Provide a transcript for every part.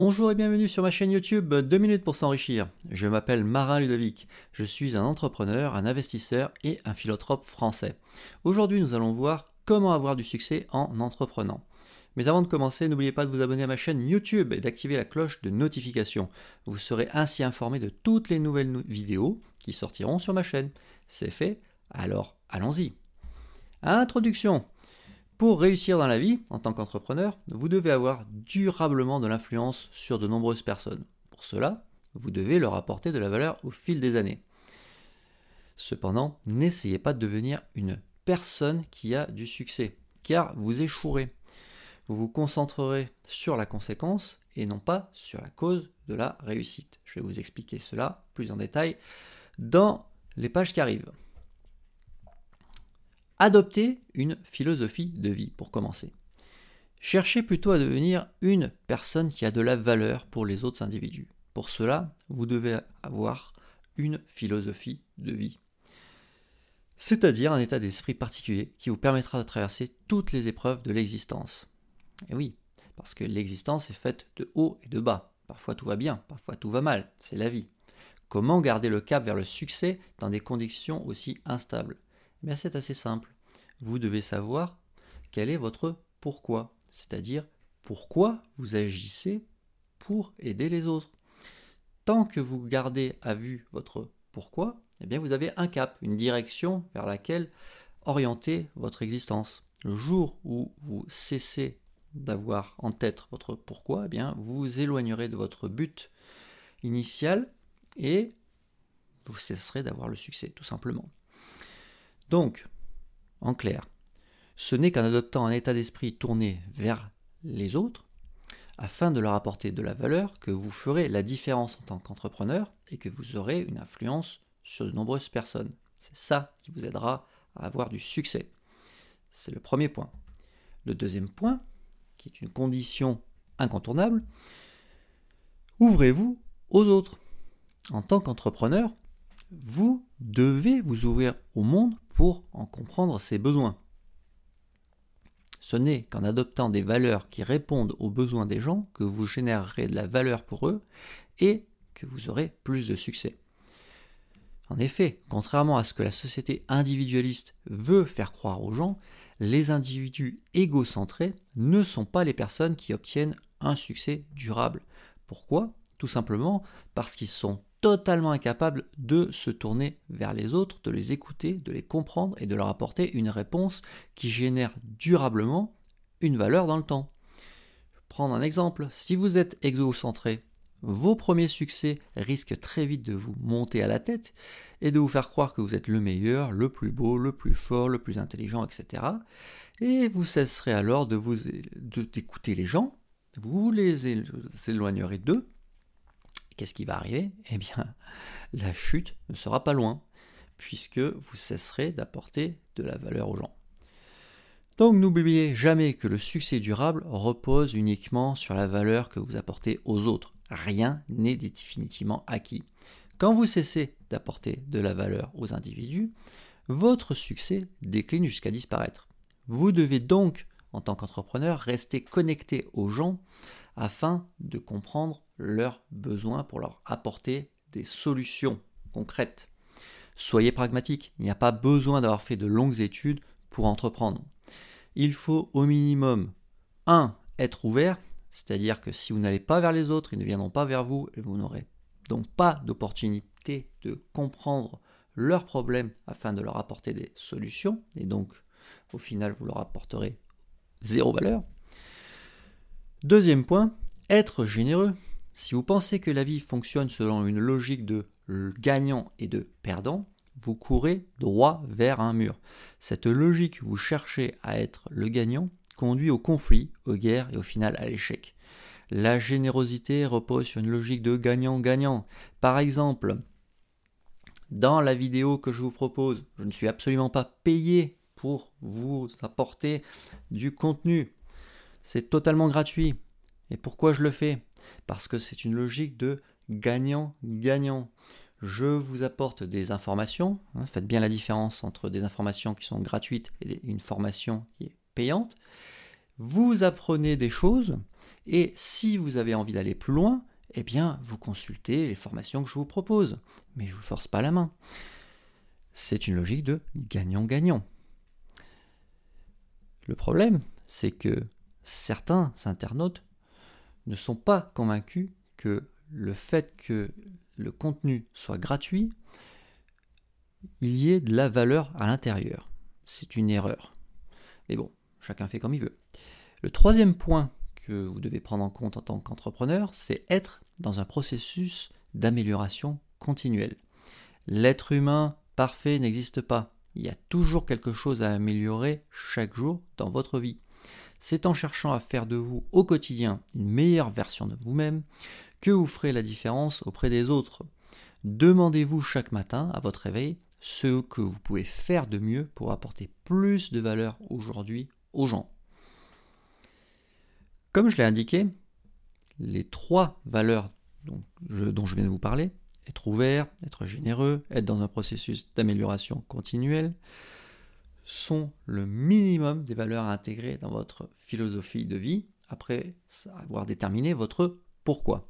Bonjour et bienvenue sur ma chaîne YouTube 2 minutes pour s'enrichir. Je m'appelle Marin Ludovic. Je suis un entrepreneur, un investisseur et un philanthrope français. Aujourd'hui, nous allons voir comment avoir du succès en entreprenant. Mais avant de commencer, n'oubliez pas de vous abonner à ma chaîne YouTube et d'activer la cloche de notification. Vous serez ainsi informé de toutes les nouvelles vidéos qui sortiront sur ma chaîne. C'est fait, alors allons-y. Introduction. Pour réussir dans la vie, en tant qu'entrepreneur, vous devez avoir durablement de l'influence sur de nombreuses personnes. Pour cela, vous devez leur apporter de la valeur au fil des années. Cependant, n'essayez pas de devenir une personne qui a du succès, car vous échouerez. Vous vous concentrerez sur la conséquence et non pas sur la cause de la réussite. Je vais vous expliquer cela plus en détail dans les pages qui arrivent. Adoptez une philosophie de vie pour commencer. Cherchez plutôt à devenir une personne qui a de la valeur pour les autres individus. Pour cela, vous devez avoir une philosophie de vie. C'est-à-dire un état d'esprit particulier qui vous permettra de traverser toutes les épreuves de l'existence. Et oui, parce que l'existence est faite de haut et de bas. Parfois tout va bien, parfois tout va mal, c'est la vie. Comment garder le cap vers le succès dans des conditions aussi instables ? Eh bien, c'est assez simple. Vous devez savoir quel est votre pourquoi, c'est-à-dire pourquoi vous agissez pour aider les autres. Tant que vous gardez à vue votre pourquoi, eh bien vous avez un cap, une direction vers laquelle orienter votre existence. Le jour où vous cessez d'avoir en tête votre pourquoi, eh bien vous vous éloignerez de votre but initial et vous cesserez d'avoir le succès, tout simplement. Donc, en clair, ce n'est qu'en adoptant un état d'esprit tourné vers les autres, afin de leur apporter de la valeur, que vous ferez la différence en tant qu'entrepreneur et que vous aurez une influence sur de nombreuses personnes. C'est ça qui vous aidera à avoir du succès. C'est le premier point. Le deuxième point, qui est une condition incontournable, ouvrez-vous aux autres. En tant qu'entrepreneur, vous devez vous ouvrir au monde pour en comprendre ses besoins. Ce n'est qu'en adoptant des valeurs qui répondent aux besoins des gens que vous générerez de la valeur pour eux et que vous aurez plus de succès. En effet, contrairement à ce que la société individualiste veut faire croire aux gens, les individus égocentrés ne sont pas les personnes qui obtiennent un succès durable. Pourquoi ? Tout simplement parce qu'ils sont totalement incapables de se tourner vers les autres, de les écouter, de les comprendre et de leur apporter une réponse qui génère durablement une valeur dans le temps. Je vais prendre un exemple. Si vous êtes égocentré, vos premiers succès risquent très vite de vous monter à la tête et de vous faire croire que vous êtes le meilleur, le plus beau, le plus fort, le plus intelligent, etc. Et vous cesserez alors d'écouter les gens, vous les éloignerez d'eux. Qu'est-ce qui va arriver ? Eh bien, la chute ne sera pas loin, puisque vous cesserez d'apporter de la valeur aux gens. Donc n'oubliez jamais que le succès durable repose uniquement sur la valeur que vous apportez aux autres. Rien n'est définitivement acquis. Quand vous cessez d'apporter de la valeur aux individus, votre succès décline jusqu'à disparaître. Vous devez donc, en tant qu'entrepreneur, rester connecté aux gens afin de comprendre leurs besoins pour leur apporter des solutions concrètes. Soyez pragmatique, il n'y a pas besoin d'avoir fait de longues études pour entreprendre. Il faut au minimum 1. Être ouvert, c'est-à-dire que si vous n'allez pas vers les autres, ils ne viendront pas vers vous et vous n'aurez donc pas d'opportunité de comprendre leurs problèmes afin de leur apporter des solutions et donc au final vous leur apporterez zéro valeur. Deuxième point, être généreux. Si vous pensez que la vie fonctionne selon une logique de gagnant et de perdant, vous courez droit vers un mur. Cette logique, vous cherchez à être le gagnant, conduit au conflit, aux guerres et au final à l'échec. La générosité repose sur une logique de gagnant-gagnant. Par exemple, dans la vidéo que je vous propose, je ne suis absolument pas payé pour vous apporter du contenu. C'est totalement gratuit. Et pourquoi je le fais ? Parce que c'est une logique de gagnant-gagnant. Je vous apporte des informations. Faites bien la différence entre des informations qui sont gratuites et une formation qui est payante. vous apprenez des choses et si vous avez envie d'aller plus loin, eh bien, vous consultez les formations que je vous propose. Mais je ne vous force pas la main. C'est une logique de gagnant-gagnant. Le problème, c'est que certains internautes ne sont pas convaincus que le fait que le contenu soit gratuit, il y ait de la valeur à l'intérieur. C'est une erreur. Mais bon, chacun fait comme il veut. Le troisième point que vous devez prendre en compte en tant qu'entrepreneur, c'est être dans un processus d'amélioration continuelle. L'être humain parfait n'existe pas. Il y a toujours quelque chose à améliorer chaque jour dans votre vie. C'est en cherchant à faire de vous au quotidien une meilleure version de vous-même que vous ferez la différence auprès des autres. Demandez-vous chaque matin à votre réveil ce que vous pouvez faire de mieux pour apporter plus de valeur aujourd'hui aux gens. Comme je l'ai indiqué, les 3 valeurs dont je viens de vous parler, être ouvert, être généreux, être dans un processus d'amélioration continuelle, sont le minimum des valeurs à intégrer dans votre philosophie de vie, après avoir déterminé votre pourquoi.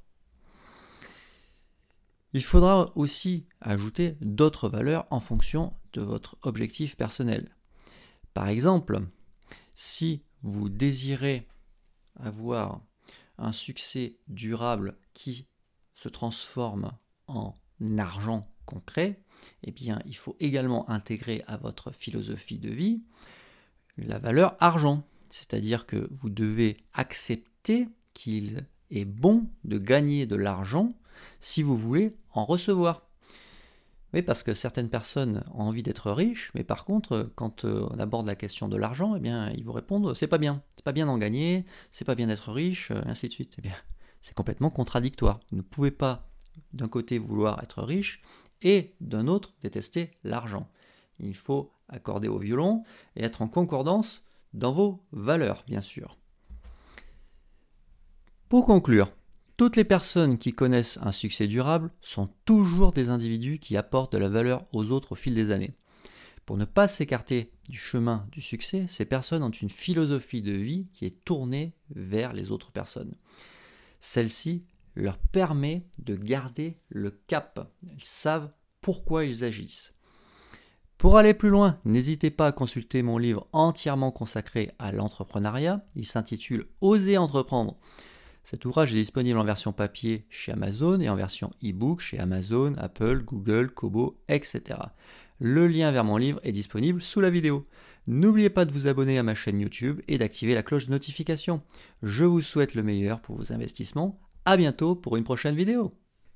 Il faudra aussi ajouter d'autres valeurs en fonction de votre objectif personnel. Par exemple, si vous désirez avoir un succès durable qui se transforme en argent concret, eh bien, il faut également intégrer à votre philosophie de vie la valeur argent. C'est-à-dire que vous devez accepter qu'il est bon de gagner de l'argent si vous voulez en recevoir. Oui, parce que certaines personnes ont envie d'être riches, mais par contre, quand on aborde la question de l'argent, eh bien, ils vous répondent c'est pas bien d'en gagner, c'est pas bien d'être riche, ainsi de suite. Eh bien, c'est complètement contradictoire. Vous ne pouvez pas d'un côté vouloir être riche et d'un autre détester l'argent. Il faut accorder au violon et être en concordance dans vos valeurs, bien sûr. Pour conclure, toutes les personnes qui connaissent un succès durable sont toujours des individus qui apportent de la valeur aux autres au fil des années. Pour ne pas s'écarter du chemin du succès, ces personnes ont une philosophie de vie qui est tournée vers les autres personnes. Celle-ci leur permet de garder le cap. Ils savent pourquoi ils agissent. Pour aller plus loin, n'hésitez pas à consulter mon livre entièrement consacré à l'entrepreneuriat. Il s'intitule « Oser entreprendre ». Cet ouvrage est disponible en version papier chez Amazon et en version e-book chez Amazon, Apple, Google, Kobo, etc. Le lien vers mon livre est disponible sous la vidéo. N'oubliez pas de vous abonner à ma chaîne YouTube et d'activer la cloche de notification. Je vous souhaite le meilleur pour vos investissements. À bientôt pour une prochaine vidéo.